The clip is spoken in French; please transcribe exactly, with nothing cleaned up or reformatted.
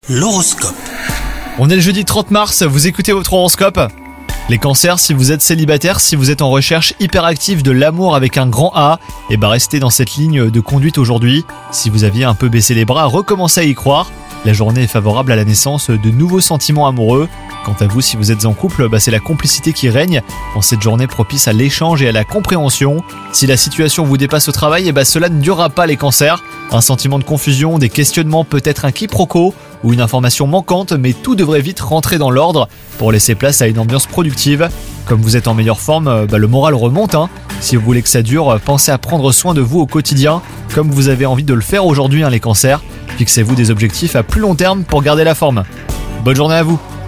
L'horoscope. On est le jeudi trente mars, vous écoutez votre horoscope. Les cancers, si vous êtes célibataire, si vous êtes en recherche hyperactive de l'amour avec un grand A, et bah restez dans cette ligne de conduite aujourd'hui. Si vous aviez un peu baissé les bras, recommencez à y croire. La journée est favorable à la naissance de nouveaux sentiments amoureux. Quant à vous, si vous êtes en couple, bah c'est la complicité qui règne en cette journée propice à l'échange et à la compréhension. Si la situation vous dépasse au travail, et bah cela ne durera pas les cancers. Un sentiment de confusion, des questionnements, peut-être un quiproquo ou une information manquante, mais tout devrait vite rentrer dans l'ordre pour laisser place à une ambiance productive. Comme vous êtes en meilleure forme, bah le moral remonte. Hein. Si vous voulez que ça dure, pensez à prendre soin de vous au quotidien, comme vous avez envie de le faire aujourd'hui, hein, les cancers. Fixez-vous des objectifs à plus long terme pour garder la forme. Bonne journée à vous!